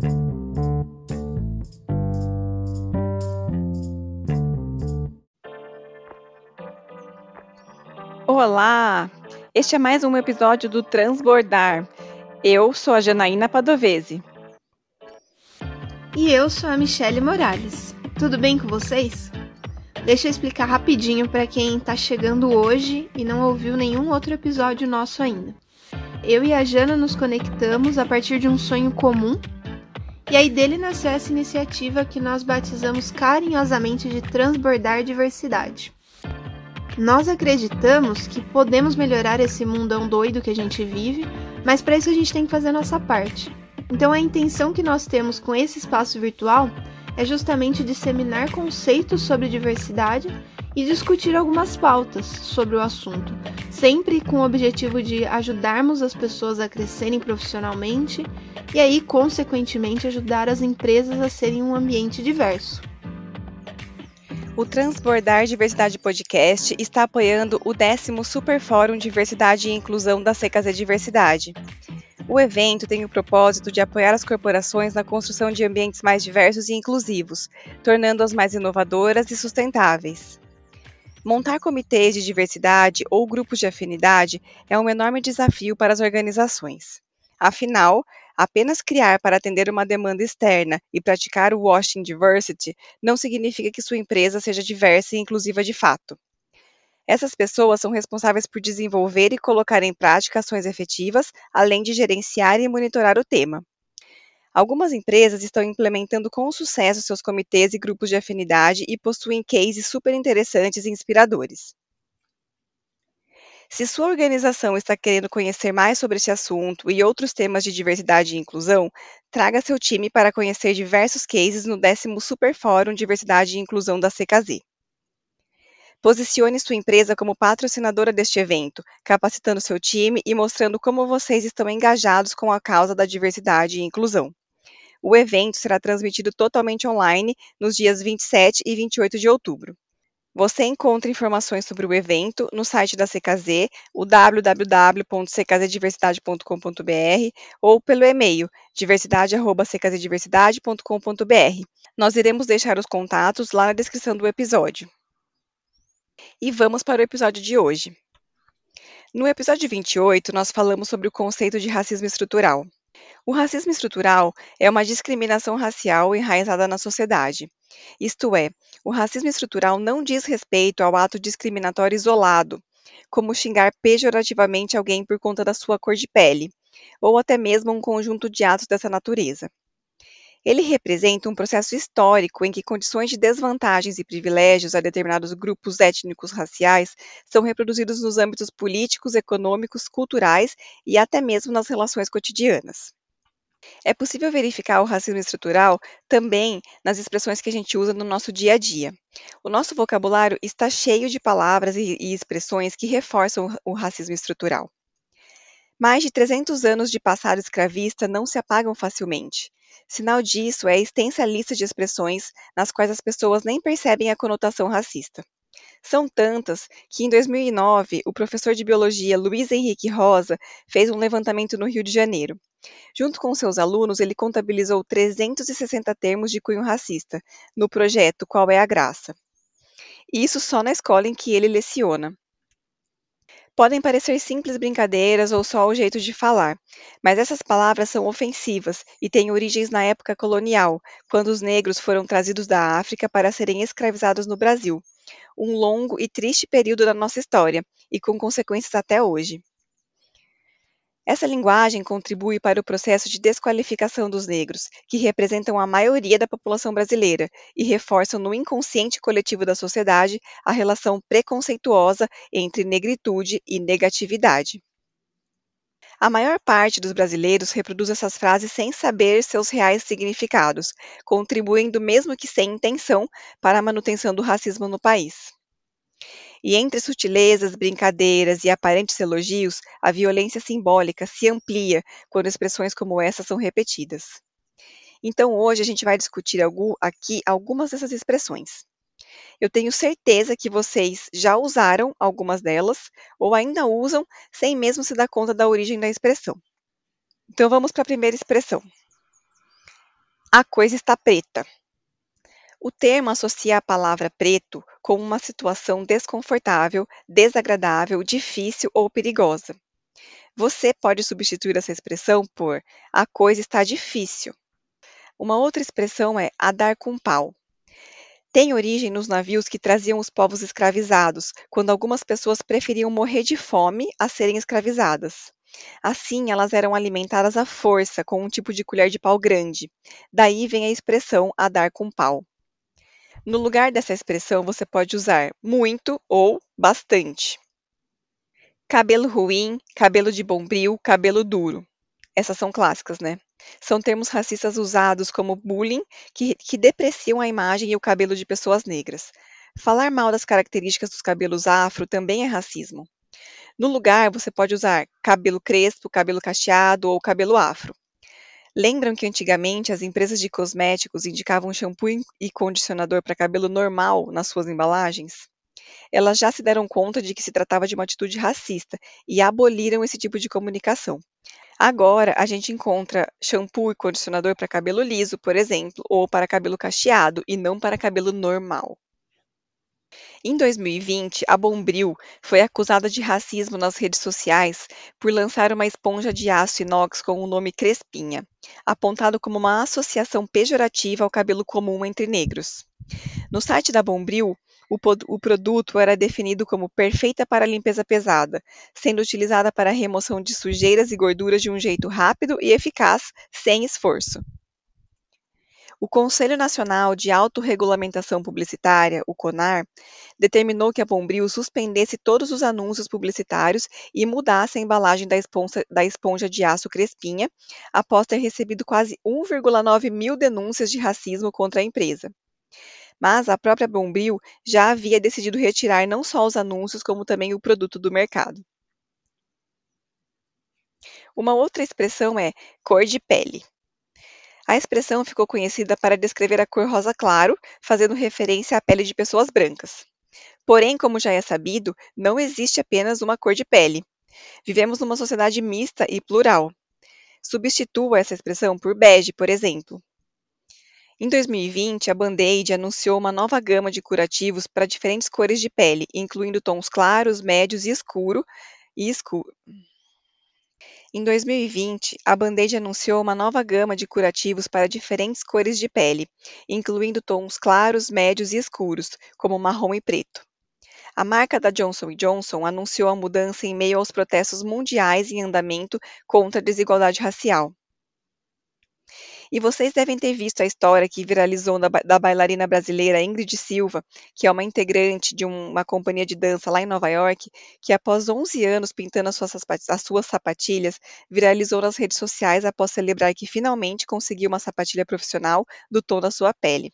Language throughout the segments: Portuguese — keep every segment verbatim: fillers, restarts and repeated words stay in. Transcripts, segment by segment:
Olá! Este é mais um episódio do Transbordar. Eu sou a Janaína Padovese. E eu sou a Michele Morales. Tudo bem com vocês? Deixa eu explicar rapidinho para quem está chegando hoje e não ouviu nenhum outro episódio nosso ainda. Eu e a Jana nos conectamos a partir de um sonho comum, e aí dele nasceu essa iniciativa que nós batizamos carinhosamente de Transbordar Diversidade. Nós acreditamos que podemos melhorar esse mundão doido que a gente vive, mas para isso a gente tem que fazer a nossa parte. Então a intenção que nós temos com esse espaço virtual é justamente disseminar conceitos sobre diversidade e discutir algumas pautas sobre o assunto, sempre com o objetivo de ajudarmos as pessoas a crescerem profissionalmente e aí, consequentemente, ajudar as empresas a serem um ambiente diverso. O Transbordar Diversidade Podcast está apoiando o décimo Super Fórum Diversidade e Inclusão da C K Z Diversidade. O evento tem o propósito de apoiar as corporações na construção de ambientes mais diversos e inclusivos, tornando-as mais inovadoras e sustentáveis. Montar comitês de diversidade ou grupos de afinidade é um enorme desafio para as organizações. Afinal, apenas criar para atender uma demanda externa e praticar o washing diversity não significa que sua empresa seja diversa e inclusiva de fato. Essas pessoas são responsáveis por desenvolver e colocar em prática ações efetivas, além de gerenciar e monitorar o tema. Algumas empresas estão implementando com sucesso seus comitês e grupos de afinidade e possuem cases super interessantes e inspiradores. Se sua organização está querendo conhecer mais sobre esse assunto e outros temas de diversidade e inclusão, traga seu time para conhecer diversos cases no décimo Super Fórum Diversidade e Inclusão da C K Z. Posicione sua empresa como patrocinadora deste evento, capacitando seu time e mostrando como vocês estão engajados com a causa da diversidade e inclusão. O evento será transmitido totalmente online nos dias vinte e sete e vinte e oito de outubro. Você encontra informações sobre o evento no site da C K Z, o w w w ponto c k z diversidade ponto com ponto b r, ou pelo e-mail diversidade arroba c k z diversidade ponto com ponto b r. Nós iremos deixar os contatos lá na descrição do episódio. E vamos para o episódio de hoje. No episódio vinte e oito, nós falamos sobre o conceito de racismo estrutural. O racismo estrutural é uma discriminação racial enraizada na sociedade. Isto é, o racismo estrutural não diz respeito ao ato discriminatório isolado, como xingar pejorativamente alguém por conta da sua cor de pele, ou até mesmo um conjunto de atos dessa natureza. Ele representa um processo histórico em que condições de desvantagens e privilégios a determinados grupos étnicos raciais são reproduzidos nos âmbitos políticos, econômicos, culturais e até mesmo nas relações cotidianas. É possível verificar o racismo estrutural também nas expressões que a gente usa no nosso dia a dia. O nosso vocabulário está cheio de palavras e, e expressões que reforçam o racismo estrutural. Mais de trezentos anos de passado escravista não se apagam facilmente. Sinal disso é a extensa lista de expressões nas quais as pessoas nem percebem a conotação racista. São tantas que, em dois mil e nove, o professor de biologia Luiz Henrique Rosa fez um levantamento no Rio de Janeiro. Junto com seus alunos, ele contabilizou trezentos e sessenta termos de cunho racista, no projeto Qual é a Graça? Isso só na escola em que ele leciona. Podem parecer simples brincadeiras ou só o jeito de falar, mas essas palavras são ofensivas e têm origens na época colonial, quando os negros foram trazidos da África para serem escravizados no Brasil, um longo e triste período da nossa história, e com consequências até hoje. Essa linguagem contribui para o processo de desqualificação dos negros, que representam a maioria da população brasileira, e reforçam no inconsciente coletivo da sociedade a relação preconceituosa entre negritude e negatividade. A maior parte dos brasileiros reproduz essas frases sem saber seus reais significados, contribuindo, mesmo que sem intenção, para a manutenção do racismo no país. E entre sutilezas, brincadeiras e aparentes elogios, a violência simbólica se amplia quando expressões como essa são repetidas. Então, hoje a gente vai discutir aqui algumas dessas expressões. Eu tenho certeza que vocês já usaram algumas delas ou ainda usam sem mesmo se dar conta da origem da expressão. Então, vamos para a primeira expressão. A coisa está preta. O termo associa a palavra preto com uma situação desconfortável, desagradável, difícil ou perigosa. Você pode substituir essa expressão por a coisa está difícil. Uma outra expressão é a dar com pau. Tem origem nos navios que traziam os povos escravizados, quando algumas pessoas preferiam morrer de fome a serem escravizadas. Assim, elas eram alimentadas à força, com um tipo de colher de pau grande. Daí vem a expressão a dar com pau. No lugar dessa expressão, você pode usar muito ou bastante. Cabelo ruim, cabelo de bombril, cabelo duro. Essas são clássicas, né? São termos racistas usados como bullying, que, que depreciam a imagem e o cabelo de pessoas negras. Falar mal das características dos cabelos afro também é racismo. No lugar, você pode usar cabelo crespo, cabelo cacheado ou cabelo afro. Lembram que antigamente as empresas de cosméticos indicavam shampoo e condicionador para cabelo normal nas suas embalagens? Elas já se deram conta de que se tratava de uma atitude racista e aboliram esse tipo de comunicação. Agora, a gente encontra shampoo e condicionador para cabelo liso, por exemplo, ou para cabelo cacheado e não para cabelo normal. Em dois mil e vinte, a Bombril foi acusada de racismo nas redes sociais por lançar uma esponja de aço inox com o nome Crespinha, apontado como uma associação pejorativa ao cabelo comum entre negros. No site da Bombril, o, o produto era definido como perfeita para limpeza pesada, sendo utilizada para a remoção de sujeiras e gorduras de um jeito rápido e eficaz, sem esforço. O Conselho Nacional de Autorregulamentação Publicitária, o CONAR, determinou que a Bombril suspendesse todos os anúncios publicitários e mudasse a embalagem da esponja, da esponja de aço Crespinha, após ter recebido quase um vírgula nove mil denúncias de racismo contra a empresa. Mas a própria Bombril já havia decidido retirar não só os anúncios, como também o produto do mercado. Uma outra expressão é cor de pele. A expressão ficou conhecida para descrever a cor rosa claro, fazendo referência à pele de pessoas brancas. Porém, como já é sabido, não existe apenas uma cor de pele. Vivemos numa sociedade mista e plural. Substitua essa expressão por bege, por exemplo. Em dois mil e vinte, a Band-Aid anunciou uma nova gama de curativos para diferentes cores de pele, incluindo tons claros, médios e escuro e escuro. Em dois mil e vinte, a Band-Aid anunciou uma nova gama de curativos para diferentes cores de pele, incluindo tons claros, médios e escuros, como marrom e preto. A marca da Johnson e Johnson anunciou a mudança em meio aos protestos mundiais em andamento contra a desigualdade racial. E vocês devem ter visto a história que viralizou da, da bailarina brasileira Ingrid Silva, que é uma integrante de um, uma companhia de dança lá em Nova York, que após onze anos pintando as suas, as suas sapatilhas, viralizou nas redes sociais após celebrar que finalmente conseguiu uma sapatilha profissional do tom da sua pele.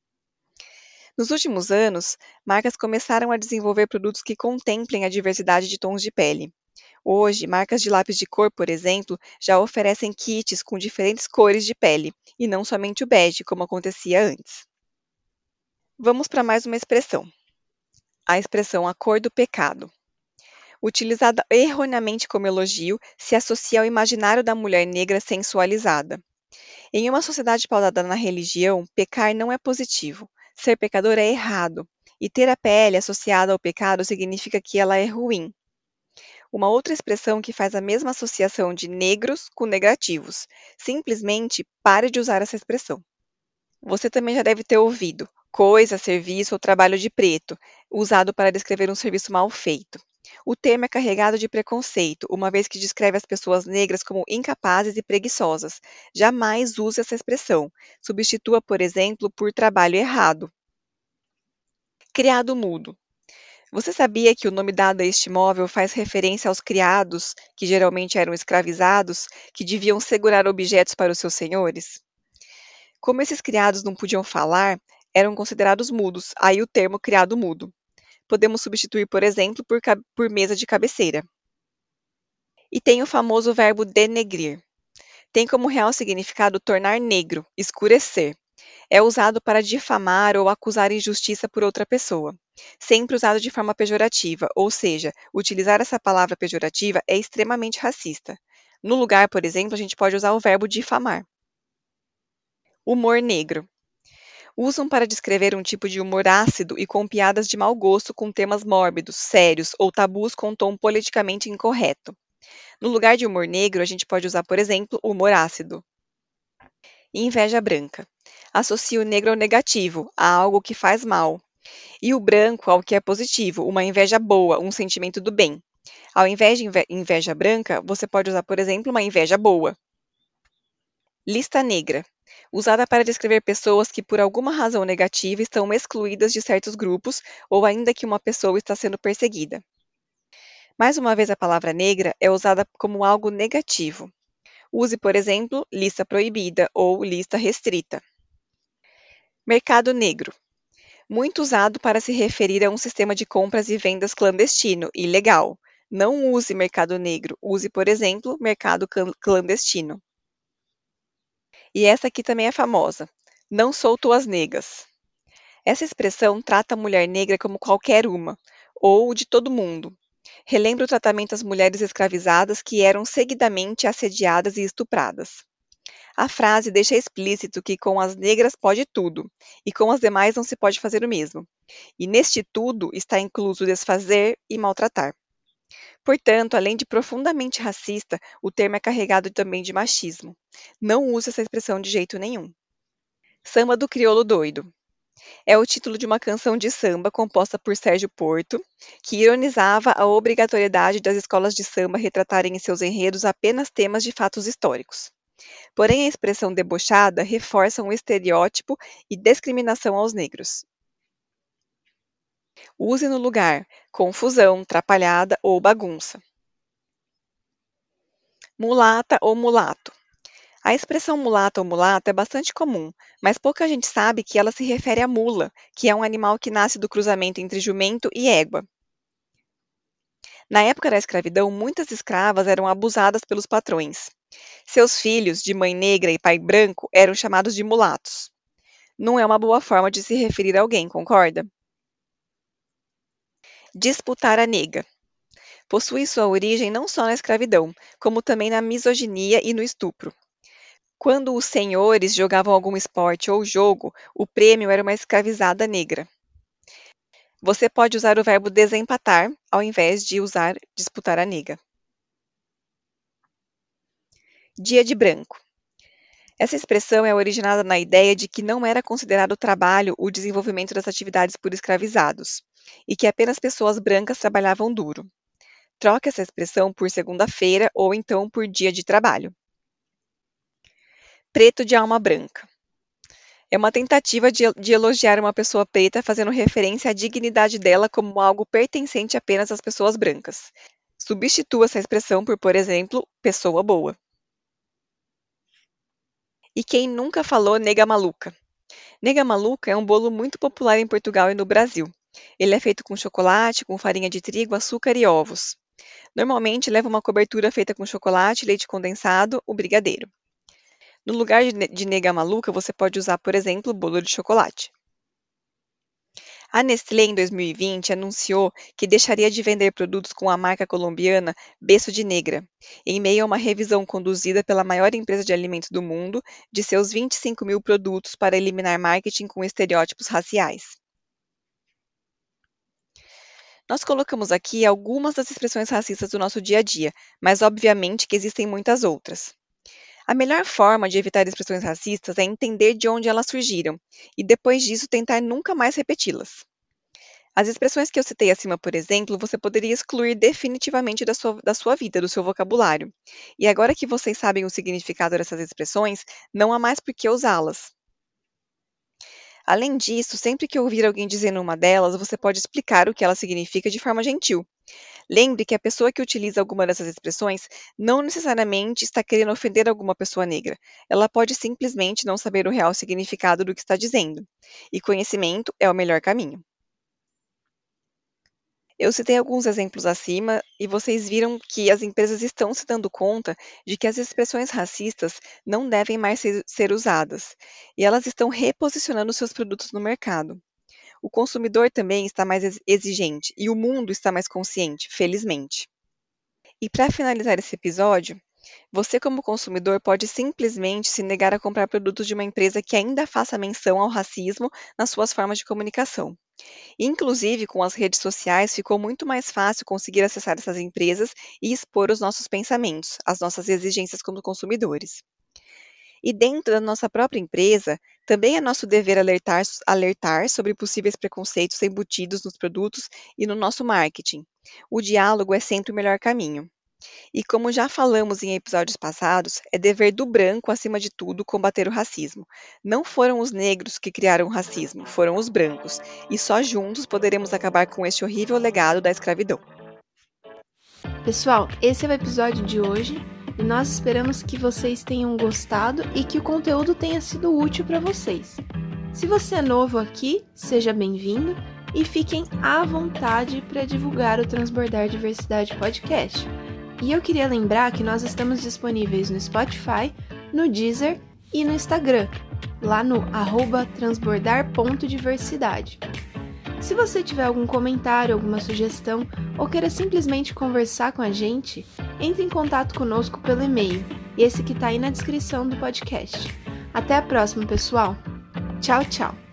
Nos últimos anos, marcas começaram a desenvolver produtos que contemplem a diversidade de tons de pele. Hoje, marcas de lápis de cor, por exemplo, já oferecem kits com diferentes cores de pele, e não somente o bege, como acontecia antes. Vamos para mais uma expressão. A expressão a cor do pecado. Utilizada erroneamente como elogio, se associa ao imaginário da mulher negra sensualizada. Em uma sociedade pautada na religião, pecar não é positivo. Ser pecador é errado, e ter a pele associada ao pecado significa que ela é ruim. Uma outra expressão que faz a mesma associação de negros com negativos. Simplesmente pare de usar essa expressão. Você também já deve ter ouvido coisa, serviço ou trabalho de preto, usado para descrever um serviço mal feito. O termo é carregado de preconceito, uma vez que descreve as pessoas negras como incapazes e preguiçosas. Jamais use essa expressão. Substitua, por exemplo, por trabalho errado. Criado mudo. Você sabia que o nome dado a este móvel faz referência aos criados, que geralmente eram escravizados, que deviam segurar objetos para os seus senhores? Como esses criados não podiam falar, eram considerados mudos, aí o termo criado mudo. Podemos substituir, por exemplo, por, por mesa de cabeceira. E tem o famoso verbo denegrir. Tem como real significado tornar negro, escurecer. É usado para difamar ou acusar injustiça por outra pessoa. Sempre usado de forma pejorativa, ou seja, utilizar essa palavra pejorativa é extremamente racista. No lugar, por exemplo, a gente pode usar o verbo difamar. Humor negro. Usam para descrever um tipo de humor ácido e com piadas de mau gosto com temas mórbidos, sérios ou tabus com tom politicamente incorreto. No lugar de humor negro, a gente pode usar, por exemplo, humor ácido. Inveja branca. Associa o negro ao negativo, a algo que faz mal. E o branco ao que é positivo, uma inveja boa, um sentimento do bem. Ao invés de inve- inveja branca, você pode usar, por exemplo, uma inveja boa. Lista negra. Usada para descrever pessoas que, por alguma razão negativa, estão excluídas de certos grupos ou ainda que uma pessoa está sendo perseguida. Mais uma vez, a palavra negra é usada como algo negativo. Use, por exemplo, lista proibida ou lista restrita. Mercado negro. Muito usado para se referir a um sistema de compras e vendas clandestino, ilegal. Não use mercado negro, use, por exemplo, mercado clan- clandestino. E essa aqui também é famosa. Não sou tuas negas. Essa expressão trata a mulher negra como qualquer uma, ou de todo mundo. Relembra o tratamento às mulheres escravizadas que eram seguidamente assediadas e estupradas. A frase deixa explícito que com as negras pode tudo, e com as demais não se pode fazer o mesmo. E neste tudo está incluso desfazer e maltratar. Portanto, além de profundamente racista, o termo é carregado também de machismo. Não use essa expressão de jeito nenhum. Samba do Crioulo Doido. É o título de uma canção de samba composta por Sérgio Porto, que ironizava a obrigatoriedade das escolas de samba retratarem em seus enredos apenas temas de fatos históricos. Porém, a expressão debochada reforça um estereótipo e discriminação aos negros. Use no lugar confusão, trapalhada ou bagunça. Mulata ou mulato. A expressão mulata ou mulata é bastante comum, mas pouca gente sabe que ela se refere à mula, que é um animal que nasce do cruzamento entre jumento e égua. Na época da escravidão, muitas escravas eram abusadas pelos patrões. Seus filhos, de mãe negra e pai branco, eram chamados de mulatos. Não é uma boa forma de se referir a alguém, concorda? Disputar a nega. Possui sua origem não só na escravidão, como também na misoginia e no estupro. Quando os senhores jogavam algum esporte ou jogo, o prêmio era uma escravizada negra. Você pode usar o verbo desempatar ao invés de usar disputar a nega. Dia de branco. Essa expressão é originada na ideia de que não era considerado trabalho o desenvolvimento das atividades por escravizados, e que apenas pessoas brancas trabalhavam duro. Troque essa expressão por segunda-feira ou então por dia de trabalho. Preto de alma branca. É uma tentativa de, de elogiar uma pessoa preta fazendo referência à dignidade dela como algo pertencente apenas às pessoas brancas. Substitua essa expressão por, por exemplo, pessoa boa. E quem nunca falou nega maluca? Nega maluca é um bolo muito popular em Portugal e no Brasil. Ele é feito com chocolate, com farinha de trigo, açúcar e ovos. Normalmente leva uma cobertura feita com chocolate, leite condensado, o brigadeiro. No lugar de ne- de nega maluca, você pode usar, por exemplo, bolo de chocolate. A Nestlé, em dois mil e vinte, anunciou que deixaria de vender produtos com a marca colombiana Beço de Negra, em meio a uma revisão conduzida pela maior empresa de alimentos do mundo de seus vinte e cinco mil produtos para eliminar marketing com estereótipos raciais. Nós colocamos aqui algumas das expressões racistas do nosso dia a dia, mas obviamente que existem muitas outras. A melhor forma de evitar expressões racistas é entender de onde elas surgiram e depois disso tentar nunca mais repeti-las. As expressões que eu citei acima, por exemplo, você poderia excluir definitivamente da sua, da sua vida, do seu vocabulário. E agora que vocês sabem o significado dessas expressões, não há mais por que usá-las. Além disso, sempre que ouvir alguém dizendo uma delas, você pode explicar o que ela significa de forma gentil. Lembre que a pessoa que utiliza alguma dessas expressões não necessariamente está querendo ofender alguma pessoa negra. Ela pode simplesmente não saber o real significado do que está dizendo. E conhecimento é o melhor caminho. Eu citei alguns exemplos acima e vocês viram que as empresas estão se dando conta de que as expressões racistas não devem mais ser, ser usadas e elas estão reposicionando seus produtos no mercado. O consumidor também está mais ex- exigente e o mundo está mais consciente, felizmente. E para finalizar esse episódio, Você, como consumidor, pode simplesmente se negar a comprar produtos de uma empresa que ainda faça menção ao racismo nas suas formas de comunicação. Inclusive, com as redes sociais, ficou muito mais fácil conseguir acessar essas empresas e expor os nossos pensamentos, as nossas exigências como consumidores. E dentro da nossa própria empresa, também é nosso dever alertar, alertar sobre possíveis preconceitos embutidos nos produtos e no nosso marketing. O diálogo é sempre o melhor caminho. E como já falamos em episódios passados, é dever do branco, acima de tudo, combater o racismo. Não foram os negros que criaram o racismo, foram os brancos. E só juntos poderemos acabar com este horrível legado da escravidão. Pessoal, esse é o episódio de hoje e nós esperamos que vocês tenham gostado e que o conteúdo tenha sido útil para vocês. Se você é novo aqui, seja bem-vindo e fiquem à vontade para divulgar o Transbordar Diversidade Podcast. E eu queria lembrar que nós estamos disponíveis no Spotify, no Deezer e no Instagram, lá no arroba transbordar ponto diversidade. Se você tiver algum comentário, alguma sugestão ou queira simplesmente conversar com a gente, entre em contato conosco pelo e-mail, esse que está aí na descrição do podcast. Até a próxima, pessoal! Tchau, tchau!